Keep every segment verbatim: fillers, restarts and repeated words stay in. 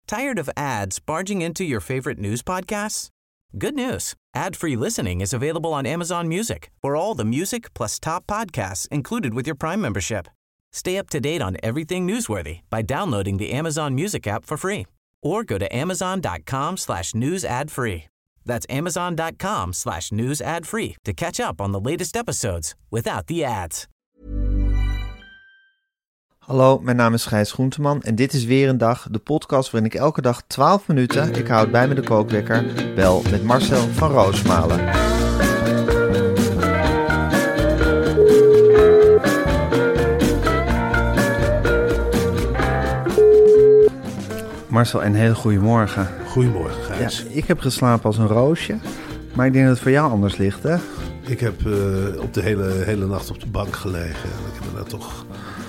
Tired of ads barging into your favorite news podcasts? Good news. Ad-free listening is available on Amazon Music for all the music plus top podcasts included with your Prime membership. Stay up to date on everything newsworthy by downloading the Amazon Music app for free or go to amazon.com slash news ad free. That's amazon.com slash news ad free to catch up on the latest episodes without the ads. Hallo, mijn naam is Gijs Groenteman en dit is weer een dag, de podcast waarin ik elke dag twaalf minuten, ik houd bij me de kookwekker, bel met Marcel van Roosmalen. Marcel, een hele goede morgen. Goedemorgen, Gijs. Ja, ik heb geslapen als een roosje, maar ik denk dat het voor jou anders ligt, hè? Ik heb uh, op de hele, hele nacht op de bank gelegen en ik heb er nou toch...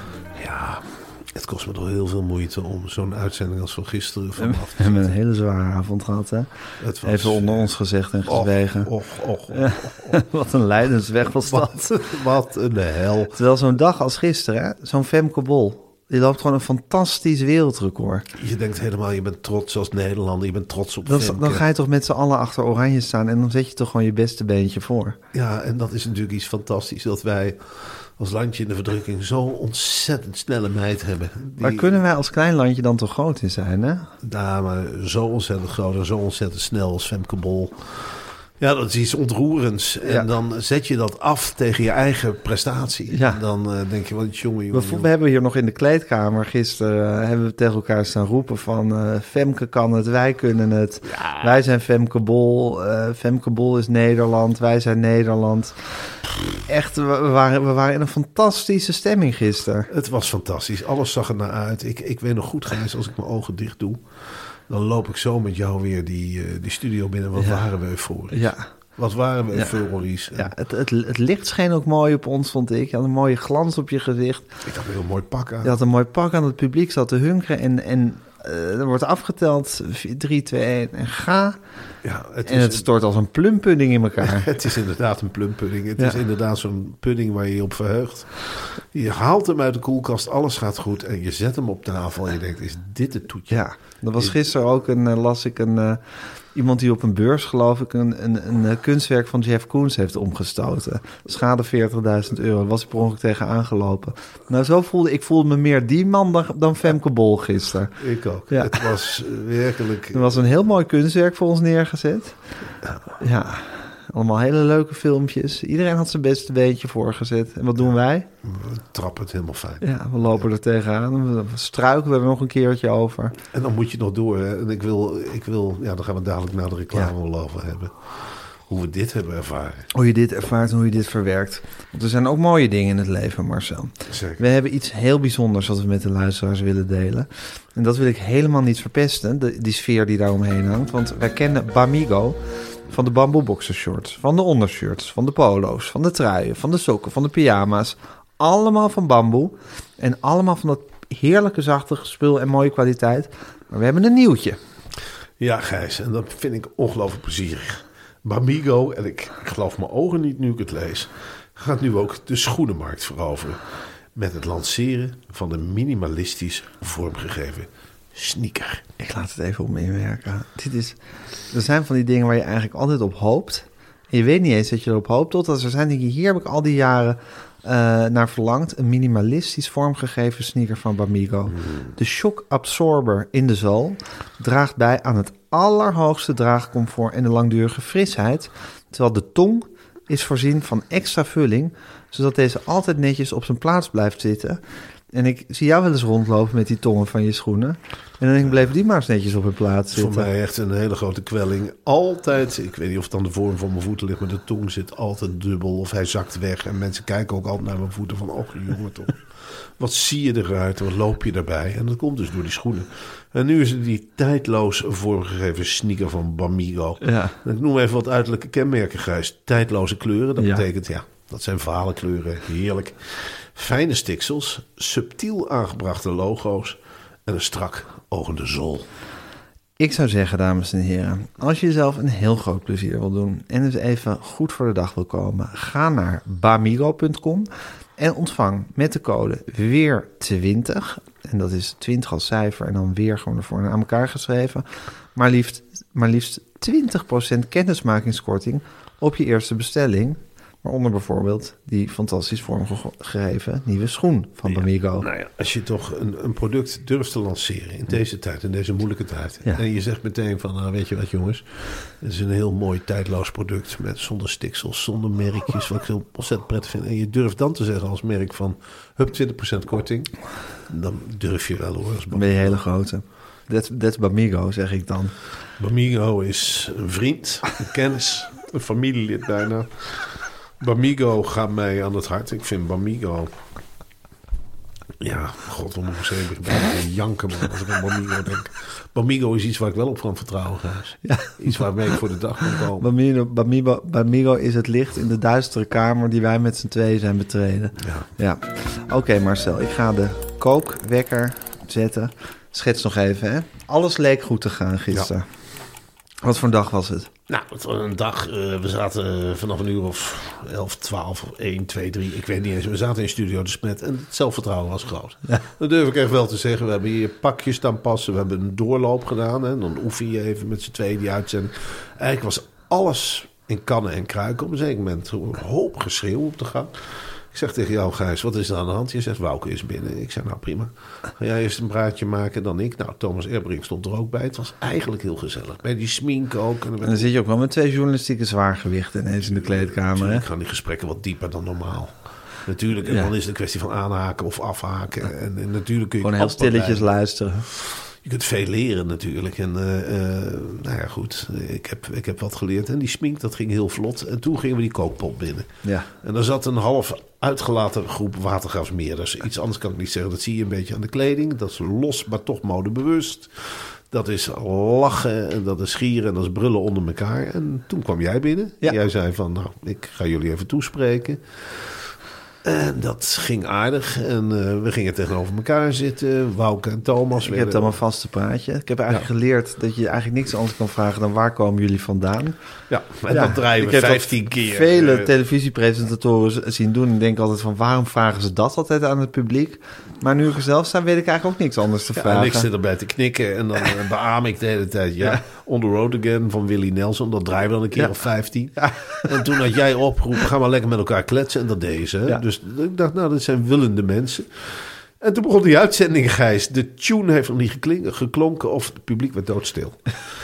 Ja, het kost me toch heel veel moeite om zo'n uitzending als van gisteren vanaf. We hebben een hele zware avond gehad, hè? Het was, even onder ons gezegd en gezwegen. Och, och, och, och, och. Wat een lijdensweg was dat. Wat, wat een hel. Terwijl zo'n dag als gisteren, hè? Zo'n Femke Bol, die loopt gewoon een fantastisch wereldrecord. Je denkt helemaal, je bent trots als Nederlander, je bent trots op dan, Femke. Dan ga je toch met z'n allen achter Oranje staan en dan zet je toch gewoon je beste beentje voor. Ja, en dat is natuurlijk iets fantastisch, dat wij als landje in de verdrukking zo'n ontzettend snelle meid hebben. Die... Maar kunnen wij als klein landje dan toch groot in zijn, hè? Ja, maar zo ontzettend groot en zo ontzettend snel als Femke Bol. Ja, dat is iets ontroerends. En ja. Dan zet je dat af tegen je eigen prestatie. Ja. En dan uh, denk je, wat jongen, jongen, we, jongen. We hebben hier nog in de kleedkamer gisteren... Uh, hebben we tegen elkaar staan roepen van... Uh, Femke kan het, wij kunnen het. Ja. Wij zijn Femke Bol. Uh, Femke Bol is Nederland. Wij zijn Nederland. Echt, we waren, we waren in een fantastische stemming gisteren. Het was fantastisch. Alles zag er naar uit. Ik, ik weet nog goed, Gijs, als ik mijn ogen dicht doe... dan loop ik zo met jou weer die, uh, die studio binnen. Wat ja. waren we euforisch. Ja. Wat waren we ja. euforisch. Ja, het, het, het licht scheen ook mooi op ons, vond ik. Je had een mooie glans op je gezicht. Ik had een heel mooi pak aan. Je had een mooi pak aan. Het publiek zat te hunkeren. En, en uh, er wordt afgeteld. drie, twee, één en ga. Ja, het en het een... stort als een plumpudding in elkaar. Het is inderdaad een plumpudding. Het ja. is inderdaad zo'n pudding waar je je op verheugt. Je haalt hem uit de koelkast, alles gaat goed. En je zet hem op tafel en je denkt, is dit het toetje? Ja, er was gisteren ook een, uh, las ik een... Uh, iemand die op een beurs, geloof ik, een, een, een kunstwerk van Jeff Koons heeft omgestoten. Schade veertigduizend euro. Daar was ik per ongeluk tegen aangelopen. Nou, zo voelde ik voelde me meer die man dan, dan Femke Bol gisteren. Ik ook. Ja. Het was werkelijk... Er was een heel mooi kunstwerk voor ons neergezet. Ja. ja. Allemaal hele leuke filmpjes. Iedereen had zijn beste beentje voorgezet. En wat doen wij? We trappen het helemaal fijn. Ja, we lopen ja. er tegenaan. We struikelen er nog een keertje over. En dan moet je nog door. Hè? En ik wil, ik wil, ja, dan gaan we dadelijk naar de reclame ja. wel over hebben. Hoe we dit hebben ervaren. Hoe je dit ervaart en hoe je dit verwerkt. Want er zijn ook mooie dingen in het leven, Marcel. Zeker. We hebben iets heel bijzonders wat we met de luisteraars willen delen. En dat wil ik helemaal niet verpesten, de, die sfeer die daaromheen hangt. Want wij kennen Bamigo van de bamboe boxershorts, van de ondershirts, van de polo's, van de truien, van de sokken, van de pyjama's. Allemaal van bamboe. En allemaal van dat heerlijke, zachte spul en mooie kwaliteit. Maar we hebben een nieuwtje. Ja, Gijs, en dat vind ik ongelooflijk plezierig. Bamigo, en ik, ik geloof mijn ogen niet nu ik het lees, gaat nu ook de schoenenmarkt veroveren. Met het lanceren van de minimalistisch vormgegeven sneaker. Ik laat het even op me inwerken. Dit is, er zijn van die dingen waar je eigenlijk altijd op hoopt. En je weet niet eens dat je erop hoopt. Totdat er zijn dingen, hier heb ik al die jaren uh, naar verlangd. Een minimalistisch vormgegeven sneaker van Bamigo. Mm. De shock absorber in de zool draagt bij aan het allerhoogste draagcomfort en de langdurige frisheid. Terwijl de tong is voorzien van extra vulling, zodat deze altijd netjes op zijn plaats blijft zitten. En ik zie jou wel eens rondlopen met die tongen van je schoenen. En dan denk ik, bleef die maar eens netjes op hun plaats zitten. Voor mij echt een hele grote kwelling. Altijd, ik weet niet of het aan de vorm van mijn voeten ligt, maar de tong zit altijd dubbel of hij zakt weg. En mensen kijken ook altijd naar mijn voeten van, oh jongen toch. Wat zie je eruit, wat loop je erbij? En dat komt dus door die schoenen. En nu is het die tijdloos vormgegeven sneaker van Bamigo. Ja. Ik noem even wat uiterlijke kenmerken, Gijs. Tijdloze kleuren, dat ja. betekent, ja, dat zijn vale kleuren, heerlijk. Fijne stiksels, subtiel aangebrachte logo's en een strak ogende zool. Ik zou zeggen, dames en heren, als je jezelf een heel groot plezier wil doen en dus even goed voor de dag wil komen, ga naar bamigo punt com en ontvang met de code weer twintig, En dat is twintig als cijfer en dan weer gewoon ervoor aan elkaar geschreven. Maar liefst, maar liefst twintig procent kennismakingskorting op je eerste bestelling. Waaronder bijvoorbeeld die fantastisch vormgegeven nieuwe schoen van Bamigo. Ja, nou ja, als je toch een, een product durft te lanceren in deze tijd, in deze moeilijke tijd. Ja. En je zegt meteen van, nou, weet je wat jongens, het is een heel mooi tijdloos product met zonder stiksels, zonder merkjes, wat ik heel ontzettend prettig vind. En je durft dan te zeggen als merk van, hup, twintig procent korting. Dan durf je wel hoor. Dan ben je hele grote. That's, that's Bamigo, zeg ik dan. Bamigo is een vriend, een kennis, een familielid bijna. Bamigo gaat mij aan het hart. Ik vind Bamigo... Ja, god, we moeten even beginnen janken man, als ik aan Bamigo denk. Bamigo is iets waar ik wel op kan vertrouwen, Gijs. Ja. Iets waarmee ik voor de dag kan komen. Bamigo, Bamigo, Bamigo is het licht in de duistere kamer die wij met z'n tweeën zijn betreden. Ja. Ja. Oké okay, Marcel, ik ga de kookwekker zetten. Schets nog even, hè. Alles leek goed te gaan gisteren. Ja. Wat voor een dag was het? Nou, het was een dag. Uh, we zaten vanaf een uur of elf, twaalf, één, twee, drie. Ik weet niet eens. We zaten in Studio de Smet en het zelfvertrouwen was groot. Ja. Dat durf ik echt wel te zeggen. We hebben hier pakjes staan passen. We hebben een doorloop gedaan. Hè. Dan oefen je even met z'n tweeën die uitzending. Eigenlijk was alles in kannen en kruiken. Op een zeker moment een hoop geschreeuw op de gang. Ik zeg tegen jou, Gijs, wat is er aan de hand? Je zegt, Wouke is binnen. Ik zeg, nou prima. Ga jij eerst een praatje maken dan ik? Nou, Thomas Erbrink stond er ook bij. Het was eigenlijk heel gezellig. Bij die smink ook. En dan, en dan zit je ook wel met twee journalistieke zwaargewichten ineens in de kleedkamer. Natuurlijk gaan die gesprekken wat dieper dan normaal. Natuurlijk, en ja. Dan is het een kwestie van aanhaken of afhaken. En, en natuurlijk kun je gewoon heel stilletjes blijven luisteren. Je kunt veel leren natuurlijk. En uh, uh, nou ja, goed. Ik heb, ik heb wat geleerd. En die smink, dat ging heel vlot. En toen gingen we die kookpot binnen. Ja. En daar zat een half uitgelaten groep watergraafsmeerders. Iets anders kan ik niet zeggen. Dat zie je een beetje aan de kleding. Dat is los, maar toch modebewust. Dat is lachen en dat is schieren en dat is brullen onder elkaar. En toen kwam jij binnen. Ja. En jij zei van, nou, ik ga jullie even toespreken. En dat ging aardig. En uh, we gingen tegenover elkaar zitten. Wouke en Thomas. Ik heb dan een vaste praatje. Ik heb eigenlijk ja. geleerd dat je eigenlijk niks anders kan vragen dan waar komen jullie vandaan. Ja, en ja, dat draaien we vijftien keer. Vele uh, televisiepresentatoren zien doen en denken altijd van waarom vragen ze dat altijd aan het publiek? Maar nu ik er zelf sta, weet ik eigenlijk ook niks anders te ja, vragen. En ik zit erbij te knikken en dan beaam ik de hele tijd. Ja, ja. On the Road Again van Willie Nelson. Dat draaien we dan een keer ja. of vijftien. Ja. En toen had jij opgeroepen, ga maar lekker met elkaar kletsen. En dat deed ze. Ja. Dus ik dacht, nou, dat zijn willende mensen. En toen begon die uitzending, Gijs. De tune heeft nog niet geklink, geklonken of het publiek werd doodstil.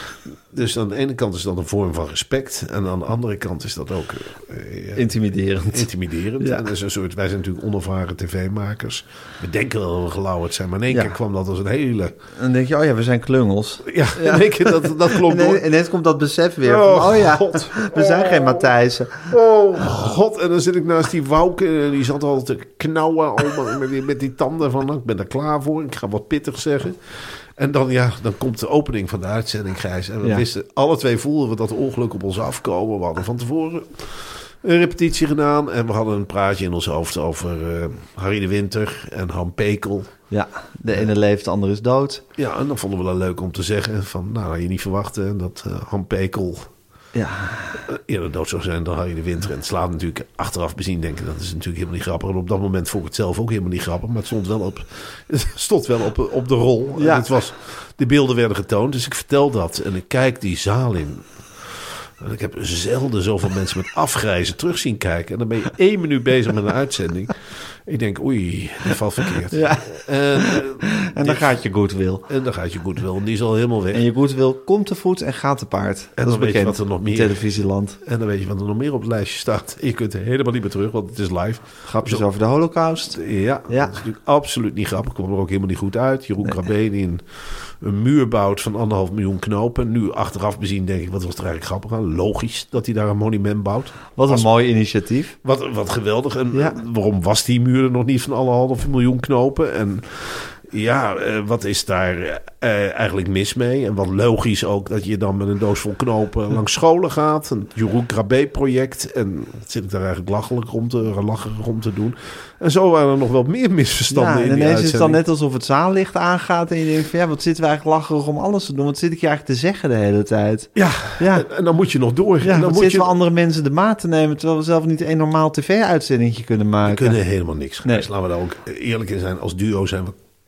Dus aan de ene kant is dat een vorm van respect. En aan de andere kant is dat ook... Uh, ja, intimiderend. Intimiderend. Ja. En dat is een soort, wij zijn natuurlijk onervaren tv-makers. We denken wel dat we gelauwerd zijn. Maar in één ja. keer kwam dat als een hele... En dan denk je, oh ja, we zijn klungels. Ja, ja. In één keer, dat, dat klopt door. En ineens komt dat besef weer. Oh, van, oh ja, God. we zijn oh. geen Matthijssen. Oh god. En dan zit ik naast die Wouke. Die zat al te knauwen al met, die, met die tanden van... Nou, ik ben er klaar voor. Ik ga wat pittig zeggen. En dan, ja, dan komt de opening van de uitzending, Gijs. En we ja. wisten, alle twee voelden we dat ongeluk op ons afkomen. We hadden van tevoren een repetitie gedaan. En we hadden een praatje in ons hoofd over uh, Harry de Winter en Han Pekel. Ja, de ene uh, leeft, de andere is dood. Ja, en dan vonden we dat leuk om te zeggen. Van, nou, had je niet verwachten dat uh, Han Pekel... Ja. eerder dood zou zijn dan Harry de Winter. En het slaat natuurlijk achteraf bezien denken. Dat is natuurlijk helemaal niet grappig. En op dat moment vond ik het zelf ook helemaal niet grappig. Maar het stond wel op, het stond wel op, op de rol. Ja. En het was, de beelden werden getoond. Dus ik vertel dat. En ik kijk die zaal in. En ik heb zelden zoveel mensen met afgrijzen terug zien kijken. En dan ben je één minuut bezig met een uitzending. Ik denk, oei, dit valt verkeerd. Ja. En, uh, en dan gaat je goodwill. En dan gaat je goodwill. En die is al helemaal weg. En je goodwill komt te voet en gaat te paard. En dat dan is bekend weet je wat er nog meer, in televisieland. En dan weet je wat er nog meer op het lijstje staat. Je kunt er helemaal niet meer terug, want het is live. Grapjes Zo, over de Holocaust. Ja, ja, dat is natuurlijk absoluut niet grappig. Kwam er ook helemaal niet goed uit. Jeroen nee. Krabbe die een, een muur bouwt van anderhalf miljoen knopen. Nu achteraf bezien denk ik, wat was er eigenlijk grappig aan? Logisch dat hij daar een monument bouwt. Wat Als, een mooi initiatief. Wat, wat geweldig. En ja. waarom was die muur er nog niet van anderhalf miljoen knopen? En ja, uh, wat is daar uh, eigenlijk mis mee? En wat logisch ook dat je dan met een doos vol knopen langs scholen gaat. Een Jeroen Krabbe-project. En wat zit ik daar eigenlijk lachelijk rond te, lacherig om te doen. En zo waren er nog wel meer misverstanden ja, in die ineens uitzending. is het dan net alsof het zaallicht aangaat. En je denkt van ja, wat zitten we eigenlijk lacherig om alles te doen? Wat zit ik je eigenlijk te zeggen de hele tijd? Ja, ja. En, en dan moet je nog door. Ja, en dan moet zitten je... we andere mensen de maat te nemen... terwijl we zelf niet een normaal tv-uitzendingje kunnen maken. We kunnen helemaal niks. Nee. Laten we daar ook eerlijk in zijn. Als duo zijn we compleet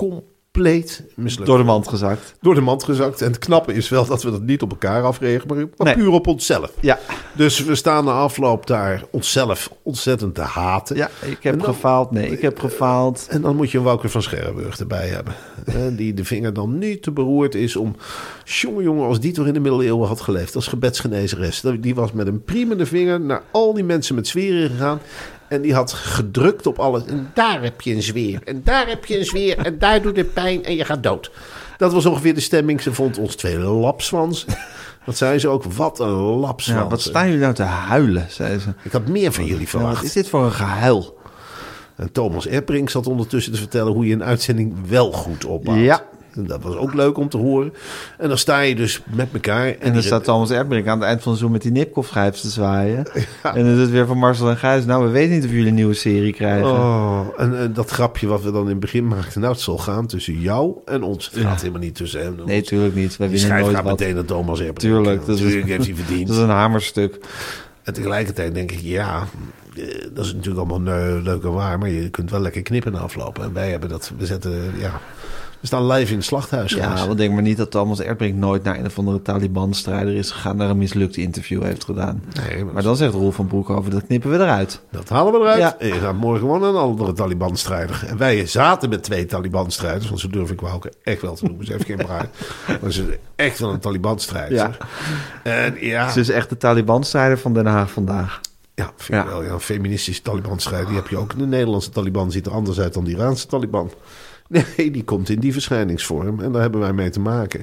compleet mislukt. Door de mand gezakt. Door de mand gezakt. En het knappe is wel dat we dat niet op elkaar afregen, maar, maar Nee. puur op onszelf. Ja. Dus we staan na afloop daar onszelf ontzettend te haten. Ja, ik heb En dan- gefaald. Nee, ik heb gefaald. En dan moet je een Wouter van Scherrenburg erbij hebben. Hè, die de vinger dan niet te beroerd is om... Jongen, jongen, als die toch in de middeleeuwen had geleefd als gebedsgenezeres. Die was met een priemende vinger naar al die mensen met zweren gegaan. En die had gedrukt op alles. En daar heb je een zweer. En daar heb je een zweer. En daar doet het pijn en je gaat dood. Dat was ongeveer de stemming. Ze vond ons twee lapswansen. Dat zei ze ook. Wat een lapswans. Ja, wat staan jullie nou te huilen, zei ze. Ik had meer van jullie Ja, verwacht. wat is dit voor een gehuil? En Thomas Erdbrink zat ondertussen te vertellen hoe je een uitzending wel goed opbouwt. Ja. En dat was ook leuk om te horen. En dan sta je dus met elkaar. En, En dan die- staat Thomas Erdbrink aan het eind van de zoen met die nipkoffschijf te zwaaien. En dan is het weer van Marcel en Gijs. Nou, we weten niet of jullie een nieuwe serie krijgen. Oh, en, en dat grapje wat we dan in het begin maakten. Nou, het zal gaan tussen jou en ons. Het gaat Ja. helemaal niet tussen hem en Nee, ons. tuurlijk niet. Wij Die winnen schijf nooit gaat wat. meteen naar Thomas Erdbrink. Tuurlijk, dat is- Natuurlijk heeft hij verdiend. Dat is een hamerstuk. En tegelijkertijd denk ik, ja, eh, dat is natuurlijk allemaal eh, leuk en waar. Maar je kunt wel lekker knippen na aflopen. En wij hebben dat, we zetten, ja... We staan live in het slachthuis. Ja, Gijs. want denk maar niet dat Thomas Erdbrink nooit naar een of andere Taliban-strijder is gegaan, naar een mislukt interview heeft gedaan. Nee, maar Maar dan zegt Roel van Broekhoven, dat knippen we eruit. dat halen we eruit. Ja. En je gaat morgen gewoon een andere Taliban-strijder. En wij zaten met twee Taliban-strijders. Want zo durf ik wel ook echt wel te noemen. Ze heeft geen braai. Maar ze is echt wel een Taliban-strijder. Ja. En ja, Ze is echt de Taliban-strijder van Den Haag vandaag. ja, vind ik Ja. wel. Ja, een feministische Taliban-strijder. Die heb je ook. De Nederlandse Taliban ziet er anders uit dan de Iraanse Taliban. Nee, die komt in die verschijningsvorm. En daar hebben wij mee te maken.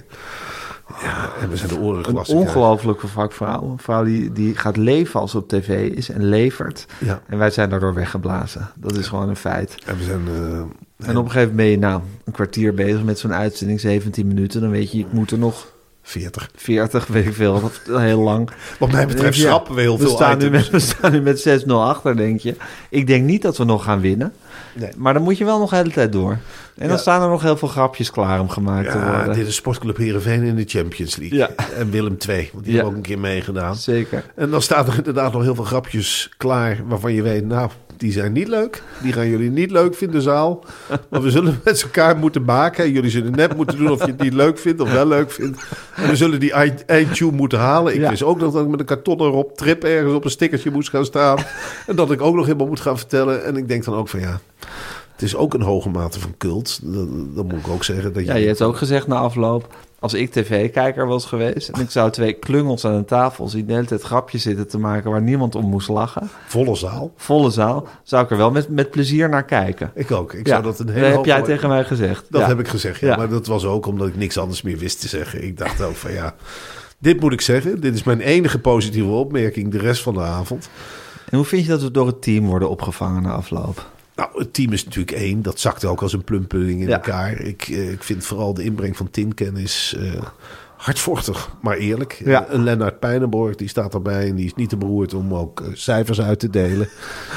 Ja, en we zijn de oren Een gewassen. ongelofelijke vakvrouw. Een vrouw die, die gaat leven als ze op tv is en levert. Ja. En wij zijn daardoor weggeblazen. Dat is gewoon een feit. En we zijn... eh, En op een gegeven moment ben je nou een kwartier bezig met zo'n uitzending, zeventien minuten. Dan weet je, ik moet er nog veertig. veertig, weet ik veel, dat is heel lang. Wat mij betreft Ja, schrappen we heel we veel staan nu items. met, We staan nu met zes nul achter, denk je. Ik denk niet dat we nog gaan winnen. Nee. Maar dan moet je wel nog de hele tijd door. En dan Ja. staan er nog heel veel grapjes klaar om gemaakt te Ja, worden. dit is Sportclub Heerenveen in de Champions League. Ja. En Willem twee, want die Ja. hebben ook een keer meegedaan. Zeker. En dan staan er inderdaad nog heel veel grapjes klaar waarvan je weet, nou, die zijn niet leuk. Die gaan jullie niet leuk vinden, zaal. Maar we zullen met elkaar moeten maken. Jullie zullen net moeten doen of je het niet leuk vindt of wel leuk vindt. En we zullen die eind- eindtune moeten halen. Ik Ja. wist ook nog dat ik met een karton erop trip ergens op een stickertje moest gaan staan. En dat ik ook nog helemaal moet gaan vertellen. En ik denk dan ook van ja, het is ook een hoge mate van cult. Dat, dat moet ik ook zeggen. Dat je, Ja, je hebt ook gezegd na afloop, als ik tv-kijker was geweest en ik zou twee klungels aan een tafel zien de hele tijd grapjes zitten te maken waar niemand om moest lachen, volle zaal. volle zaal, zou ik er wel met, met plezier naar kijken. Ik ook. Ik Ja, zou dat een hele dat heb hoop- jij tegen mij gezegd. Dat Ja. heb ik gezegd, ja. Ja. Maar dat was ook omdat ik niks anders meer wist te zeggen. Ik dacht ook van ja, dit moet ik zeggen. Dit is mijn enige positieve opmerking de rest van de avond. En hoe vind je dat we door het team worden opgevangen na afloop? Nou, het team is natuurlijk één. Dat zakte ook als een plumpudding in Ja. elkaar. Ik, eh, ik vind vooral de inbreng van tinkennis eh hardvochtig, maar eerlijk. Ja. Een Lennart Pijnenborg, die staat erbij en die is niet te beroerd om ook eh, cijfers uit te delen.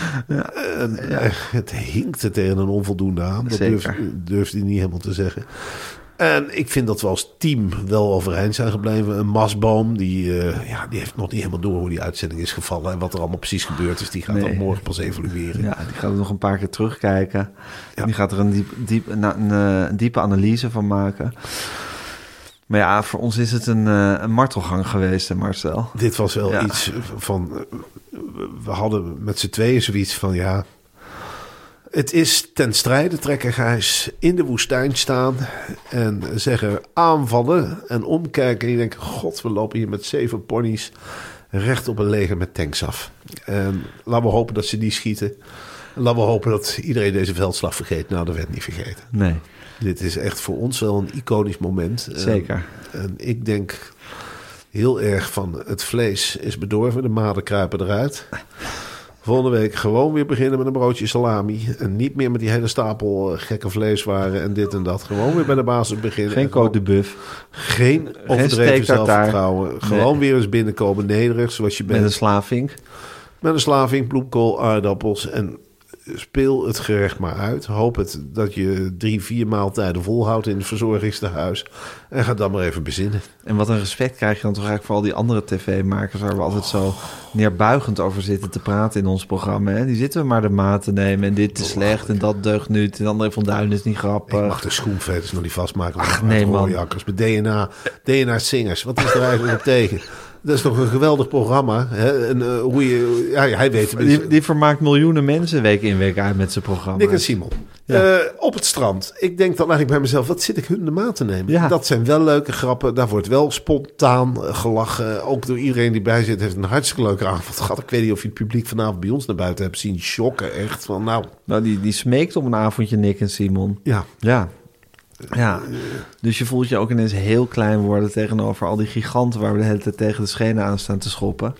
En, eh, het hinkte tegen een onvoldoende aan. Dat Zeker. durft, durft hij niet helemaal te zeggen. En ik vind dat we als team wel overeind zijn gebleven. Een Masboom, die, eh, ja, die heeft nog niet helemaal door hoe die uitzending is gevallen. En wat er allemaal precies gebeurd is. Die gaat Nee. dan morgen pas evalueren. Ja, die gaat er nog een paar keer terugkijken. Ja. Die gaat er een, diep, diep, een, een, een diepe analyse van maken. Maar ja, voor ons is het een, eh, een martelgang geweest, hè, Marcel. Dit was wel Ja. iets van... eh, we hadden met z'n tweeën zoiets van... ja, het is ten strijde trekken, Gijs, in de woestijn staan... en zeggen aanvallen en omkijken. En je denkt, god, we lopen hier met zeven ponies... recht op een leger met tanks af. En laten we hopen dat ze die schieten. En laten we hopen dat iedereen deze veldslag vergeet. Nou, dat werd niet vergeten. Nee, Dit is echt voor ons wel een iconisch moment. zeker. En, en ik denk heel erg van het vlees is bedorven, de maden kruipen eruit. Volgende week gewoon weer beginnen met een broodje salami. En niet meer met die hele stapel eh, gekke vleeswaren en dit en dat. Gewoon weer bij de basis beginnen. Geen En gewoon Côte de Buff Geen overdreven steak tartare. zelfvertrouwen. Gewoon Nee. weer eens binnenkomen, nederig zoals je bent. met een slavink. Met een slaving, bloemkool, aardappels. En speel het gerecht maar uit. Hoop het dat je drie, vier maaltijden volhoudt in het verzorgingstehuis. En ga dan maar even bezinnen. En wat een respect krijg je dan toch eigenlijk voor al die andere tv-makers... waar we altijd zo neerbuigend over zitten te praten in ons programma. Hè? Die zitten we maar de maat te nemen. En dit is slecht en dat deugt niet. En André van Duin is niet grappig. Ik mag de schoenveters nog niet vastmaken. Ach, nee, man. Met D N A, D N A Singers. Wat is er eigenlijk op tegen? Dat is toch een geweldig programma. Hè? En, uh, hoe je, ja, hij weet het. Die, die vermaakt miljoenen mensen week in week uit met zijn programma. Nick en Simon. Ja. Uh, op het strand. Ik denk dan eigenlijk bij mezelf, wat zit ik hun de maat te nemen? Ja. Dat zijn wel leuke grappen. Daar wordt wel spontaan gelachen. Ook door iedereen die bij zit heeft een hartstikke leuke avond gehad. Ik weet niet of je het publiek vanavond bij ons naar buiten hebt zien shocken. Echt van nou. Nou, die, die smeekt op een avondje Nick en Simon. Ja. Ja. Ja, dus je voelt je ook ineens heel klein worden tegenover al die giganten waar we de hele tijd tegen de schenen aan staan te schoppen.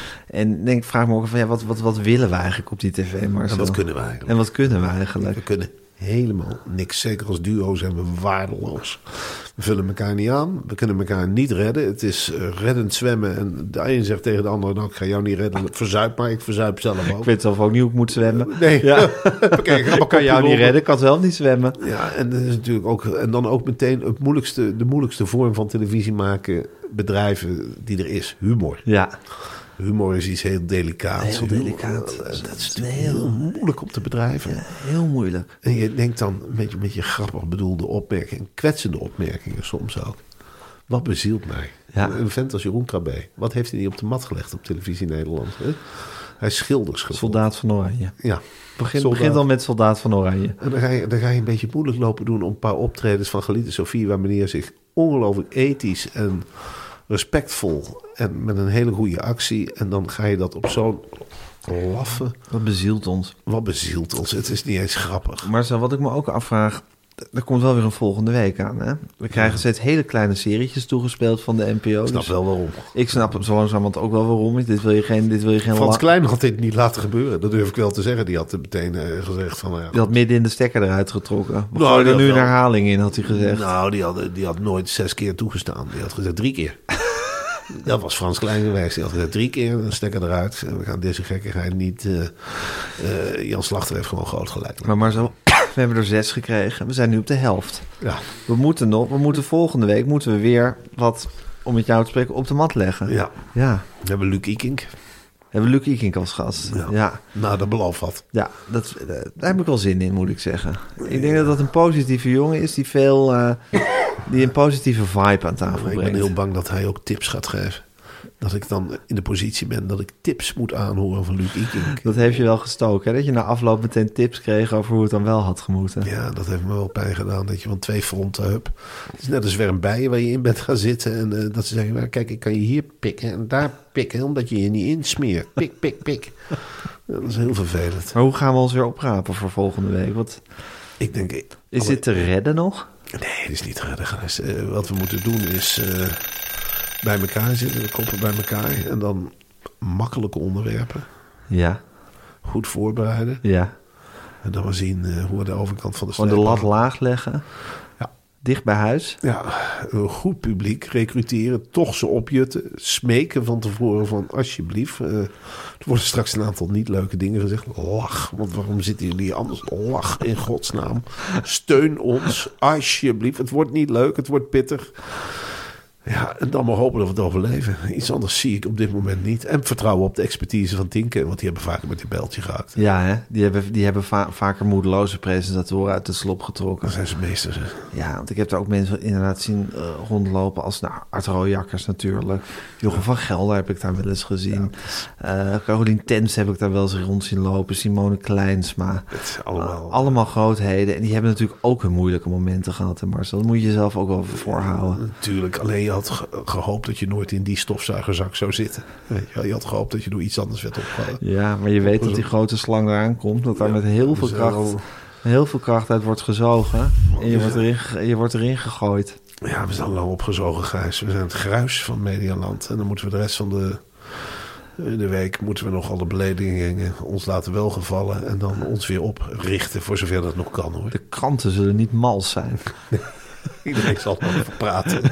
En denk, vraag me ook van ja, wat, wat, wat willen we eigenlijk op die tv, Marcel? En wat kunnen we eigenlijk? En wat kunnen we eigenlijk? We kunnen helemaal niks. Zeker als duo zijn we waardeloos. We vullen elkaar niet aan. We kunnen elkaar niet redden. Het is uh, reddend zwemmen. En de een zegt tegen de ander, nou, ik ga jou niet redden. Verzuip maar, ik verzuip zelf ook. Ik weet zelf ook niet hoe ik moet zwemmen. Nee. Ja. Okay, ik kan jou niet redden, ik kan zelf niet zwemmen. Ja, en, dat is natuurlijk ook, en dan ook meteen het moeilijkste, de moeilijkste vorm van televisie maken. Bedrijven die er is. Humor. Ja. Humor is iets heel delicaats. Heel delicaat. Dat is, dat is heel moeilijk om te bedrijven. Ja, heel moeilijk. En je denkt dan een beetje met je grappig bedoelde opmerkingen, kwetsende opmerkingen soms ook. Wat bezielt mij? Ja. Een vent als Jeroen Krabbe. Wat heeft hij niet op de mat gelegd op televisie Nederland? Hè? Hij is schilders geworden. Soldaat van Oranje. Ja. Begin, begin dan met Soldaat van Oranje. En dan ga, je, dan ga je een beetje moeilijk lopen doen om een paar optredens van Geliefde Sophie, waar meneer zich ongelooflijk ethisch en respectvol en met een hele goede actie. En dan ga je dat op zo'n laffe... Wat bezielt ons? Wat bezielt ons? Het is niet eens grappig. Marcel, wat ik me ook afvraag... Er komt wel weer een volgende week aan, hè? We krijgen steeds hele kleine serietjes toegespeeld van de N P O. Ik snap dus wel waarom. Ik snap zo langzamerhand ook wel waarom. Dit wil je geen... Dit wil je geen Frans la- Klein had dit niet laten gebeuren. Dat durf ik wel te zeggen. Die had meteen uh, gezegd van... Nou ja, Die had midden in de stekker eruit getrokken. We Nou, gooien die er had nu een wel- herhaling in, had hij gezegd. Nou, die had, die had nooit zes keer toegestaan. Die had gezegd drie keer. Dat was Frans Klein geweest. Die had gezegd drie keer, een stekker eruit. En we gaan deze gekkigheid niet... Uh, uh, Jan Slachter heeft gewoon groot gelijk. Maar Marcel, we hebben er zes gekregen. We zijn nu op de helft. Ja, We moeten nog... We moeten volgende week moeten we weer wat, om met jou te spreken, op de mat leggen. ja. Ja. We hebben Luc Ikink. Hebben we Luc Ikink als gast. Ja. Ja. Nou, dat beloof wat. Ja, dat, eh, daar heb ik wel zin in, moet ik zeggen. Ik denk dat dat een positieve jongen is die veel, eh, die een positieve vibe aan tafel Maar ik brengt. ben heel bang dat hij ook tips gaat geven. Dat ik dan in de positie ben dat ik tips moet aanhoren van Luc Ikink. Dat heeft je wel gestoken, hè? Dat je na afloop meteen tips kreeg over hoe het dan wel had gemoeten. Ja, dat heeft me wel pijn gedaan. Dat je van twee fronten hebt. Het is net een zwerm bijen waar je in bent gaan zitten. En uh, dat ze zeggen, maar kijk, ik kan je hier pikken en daar pikken. Omdat je je niet insmeert. Pik, pik, pik. Ja, dat is heel vervelend. Maar hoe gaan we ons weer oprapen voor volgende week? Wat, Ik denk... is alle- dit te redden nog? Nee, het is niet redden. Gijs. Uh, wat we moeten doen is uh, bij elkaar zitten. De koppen bij elkaar. En dan makkelijke onderwerpen. Ja, Goed voorbereiden. ja. En dan maar zien uh, hoe we de overkant van de Gewoon de streep lat halen. laag leggen. Ja. Dicht bij huis. Ja, een goed publiek recruteren, toch ze opjutten, smeken van tevoren van alsjeblieft. Uh, er worden straks een aantal niet leuke dingen gezegd. Lach, want waarom zitten jullie anders? Lach in godsnaam. Steun ons, alsjeblieft. Het wordt niet leuk, het wordt pittig. Ja, en dan maar hopen dat we het overleven. Iets anders zie ik op dit moment niet. En vertrouwen op de expertise van Tinken, want die hebben vaker met die beltje gehakt. Ja, hè? Die hebben, die hebben va- vaker moedeloze presentatoren uit de slop getrokken. Dan zijn ze meesters. hè. Ja, want ik heb daar ook mensen inderdaad zien uh, rondlopen als, nou, Art Rooijakkers natuurlijk. Jochem van Gelder heb ik daar wel eens gezien. Uh, Carolien Tens heb ik daar wel eens rond zien lopen. Simone Kleinsma. Het is allemaal... Uh, allemaal grootheden. En die hebben natuurlijk ook hun moeilijke momenten gehad, hè, Marcel. Dat moet je jezelf ook wel voorhouden. Natuurlijk, alleen je had ge- gehoopt dat je nooit in die stofzuigerzak zou zitten. Weet je, wel. Je had gehoopt dat je door iets anders werd opgehouden. Ja, maar je weet dat die grote slang eraan komt. Dat daar Ja, met heel veel dus, kracht, uh, heel veel kracht uit wordt gezogen. En je wordt erin, ge- je wordt erin gegooid. Ja, we zijn lang opgezogen, Gijs. We zijn het gruis van Medialand. En dan moeten we de rest van de, de week... moeten we nog alle beledigingen ons laten welgevallen... en dan ons weer oprichten, voor zover dat nog kan, hoor. De kranten zullen niet mals zijn. Iedereen zal nog even praten.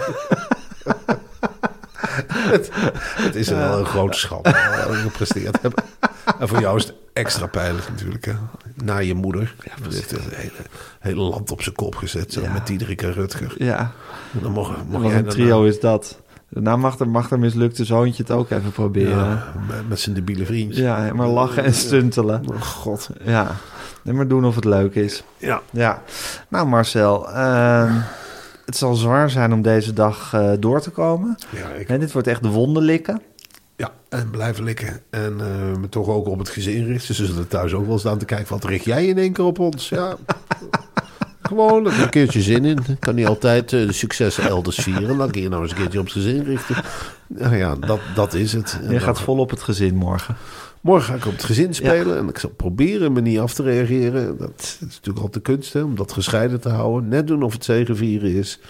het, het is wel een grote schande wat we gepresteerd hebben. En voor jou is het extra pijnlijk natuurlijk, hè. Na je moeder. Ja, Ja, het hele, hele land op zijn kop gezet. Zo, Ja. met Diederik en Rutger. Ja, En dan mocht, mocht wat jij een daarna- trio is dat. Daarna mag er, mag er mislukte zoontje het ook even proberen. Ja, Ja, met, met zijn debiele vriendje. ja maar lachen en stuntelen. Oh, god. Ja, en maar doen of het leuk is. Ja. Ja, nou Marcel, uh, het zal zwaar zijn om deze dag uh, door te komen. Ja, ik, He, dit wordt echt de wonden likken. ja, en blijven likken. En uh, me toch ook op het gezin richten. Ze zullen thuis ook wel staan te kijken. Wat richt jij in één keer op ons? Ja, gewoon er een keertje zin in. Kan niet altijd uh, de successen elders vieren. Dan kun je nou eens een keertje op het gezin richten. Nou ja, dat, dat is het. En Je gaat dan, vol op het gezin morgen. morgen ga ik op het gezin spelen. Ja. En ik zal proberen me niet af te reageren. Dat, dat is natuurlijk altijd de kunst, hè, om dat gescheiden te houden. Net doen of het zegevieren is.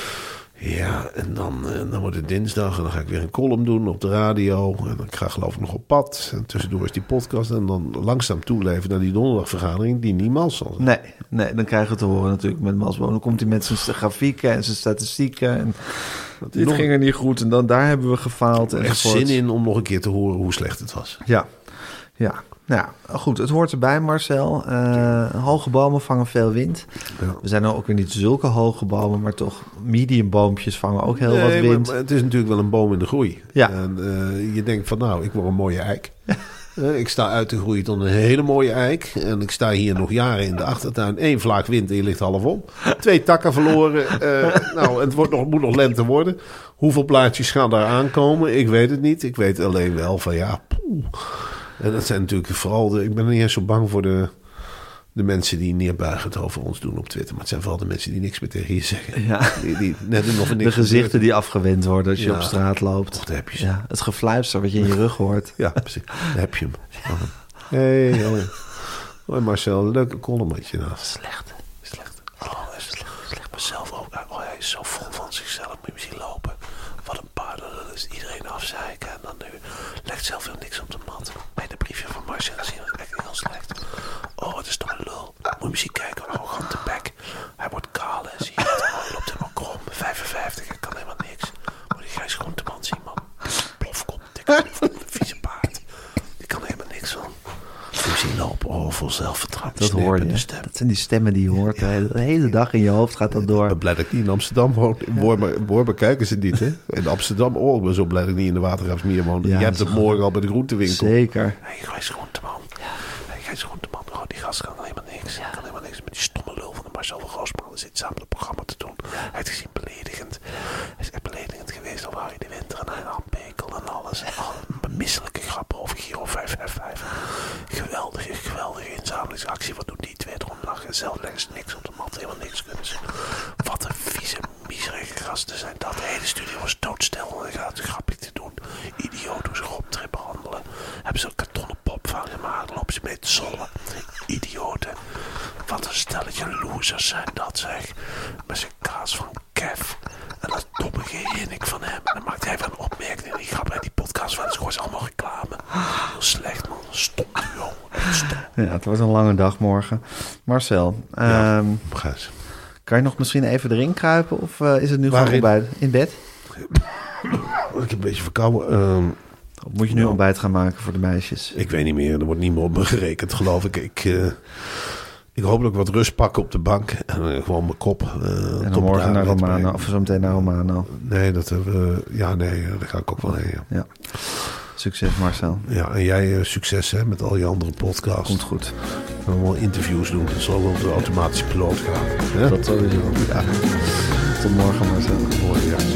Ja, en dan, dan wordt het dinsdag en dan ga ik weer een column doen op de radio. En dan ga ik geloof ik nog op pad. En tussendoor is die podcast. En dan langzaam toeleven naar die donderdagvergadering die niet mals zal zijn. Nee, nee, dan krijgen we te horen natuurlijk met Masbo. Dan komt hij met zijn grafieken en zijn statistieken. En dit nog, ging er niet goed en dan daar hebben we gefaald. Er echt zin in om nog een keer te horen hoe slecht het was. Ja, ja. Nou ja, goed, het hoort erbij, Marcel. Uh, hoge bomen vangen veel wind. Ja. We zijn nou ook weer niet zulke hoge bomen, maar toch medium boompjes vangen ook heel nee, wat wind. Maar, maar het is natuurlijk wel een boom in de groei. Ja. En uh, je denkt van nou, ik word een mooie eik. uh, ik sta uit te groeien tot een hele mooie eik. En ik sta hier nog jaren in de achtertuin. Eén vlaag wind en je ligt half om. Twee takken verloren. Uh, nou, het wordt nog, moet nog lente worden. Hoeveel plaatjes gaan daar aankomen? Ik weet het niet. Ik weet alleen wel van ja... Poeh. En dat zijn natuurlijk vooral de... Ik ben er niet eens zo bang voor de, de mensen die neerbuigend over ons doen op Twitter. Maar het zijn vooral de mensen die niks meer tegen je zeggen. Ja. Die, die net nog niks de gezichten gebeurt. die afgewend worden als je Ja. op straat loopt. Och, daar heb je ze. Ja, het gefluister wat je in je rug hoort. Ja, precies. Daar heb je hem. Hé, hey, hoi. Hoi Marcel, leuke column had je nou. Slecht. Slecht. Oh, hij is slecht. Slecht mezelf ook. Oh, hij is zo vol van zichzelf. Moet je zien lopen. Wat een paardenlul is. Iedereen afzeiken. En dan nu legt zelf heel niks op de mat. Bij de briefje van Marcel zien we het echt heel slecht. Oh, het is toch een lul. Moet je misschien kijken. Arrogante bek. Hij wordt kaal en zie je het. Oh, hij loopt helemaal krom. vijfenvijftig. Hij kan helemaal niks. Moet die Gijs Groenteman zien, man. Plofkop. Dikke vieze paard. Die kan helemaal niks van. Zien lopen, oh, vol zelfvertrouwen. Dat hoor je. Stem. Dat zijn die stemmen die je hoort. De hele dag in je hoofd gaat dat door. Ik ben blij dat ik niet in Amsterdam woon. In Wormer, Wormer kijken ze niet, hè? In Amsterdam, oh, ik ben zo blij dat ik niet in de Watergraafsmeer woon. Ja, Jij hebt het zo. morgen al bij de groentewinkel. Zeker. Hé, hey, Gijs Groenteman. Ja. Hey, Gijs Groenteman, oh, die gast kan helemaal niks. Ja. Kan helemaal niks met die stomme lul van de Marcel van Roosman. Hij zit samen het programma te doen. Ja. Hij heeft gezien beledigend. Hij is echt beledigend geweest over Harry de Winter en Hein Hampekel en alles. En al een misselijke grappen over Giro vijf vijf vijf. Geweldige, geweldige inzamelingsactie. Wat doen die twee erom lachen? Zelf leggen ze niks op de mat, helemaal niks kunnen ze. Wat een vieze, miserige gasten zijn dat. De hele studio was doodstil en dan gaat het grapje te doen. Idioot hoe ze Robtrip behandelen. Hebben ze een kartonnen pop van gemaakt, lopen ze mee te zollen. Idioten. Wat een stelletje losers zijn dat, zeg. Met zijn kaas van Kev. En dat domme gehinnik van hem. En dan maakt hij wel een opmerking. Die grap bij die podcast wel eens gewoon allemaal reclame. Heel slecht, man. Stom duo. Stom. Ja, het wordt een lange dag morgen. Marcel, Ja, um, Gijs. kan je nog misschien even erin kruipen? Of uh, is het nu Waarin? gewoon ontbijt? In bed? Ik heb een beetje verkouden. Um, Of moet je nu Nou. ontbijt gaan maken voor de meisjes? ik weet niet meer. Er wordt niet meer op me gerekend, geloof ik. Ik, uh, ik hoop dat ik wat rust pak op de bank. En uh, gewoon mijn kop. Uh, En dan morgen naar Romano. Of zo meteen naar Romano. Nee, dat, uh, ja, nee, daar ga ik ook wel heen. Ja, Ja. Succes Marcel. ja en jij uh, succes hè, met al je andere podcasts. Komt goed. We gaan wel interviews doen. Dat zal wel op de automatische piloot gaan. Hè? Dat sowieso. Ja. Tot morgen Marcel. Mooi, ja.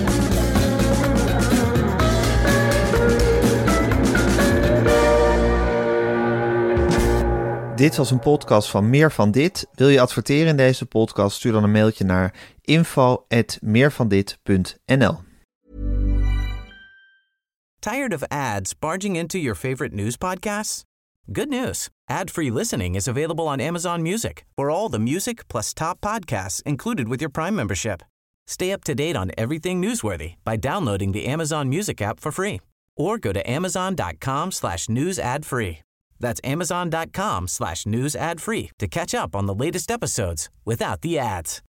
Dit was een podcast van Meer van Dit. Wil je adverteren in deze podcast? Stuur dan een mailtje naar info at meervandit punt n l. Tired of ads barging into your favorite news podcasts? Good news. Ad-free listening is available on Amazon Music for all the music plus top podcasts included with your Prime membership. Stay up to date on everything newsworthy by downloading the Amazon Music app for free or go to amazon.com slash news ad free. That's amazon.com slash news ad free to catch up on the latest episodes without the ads.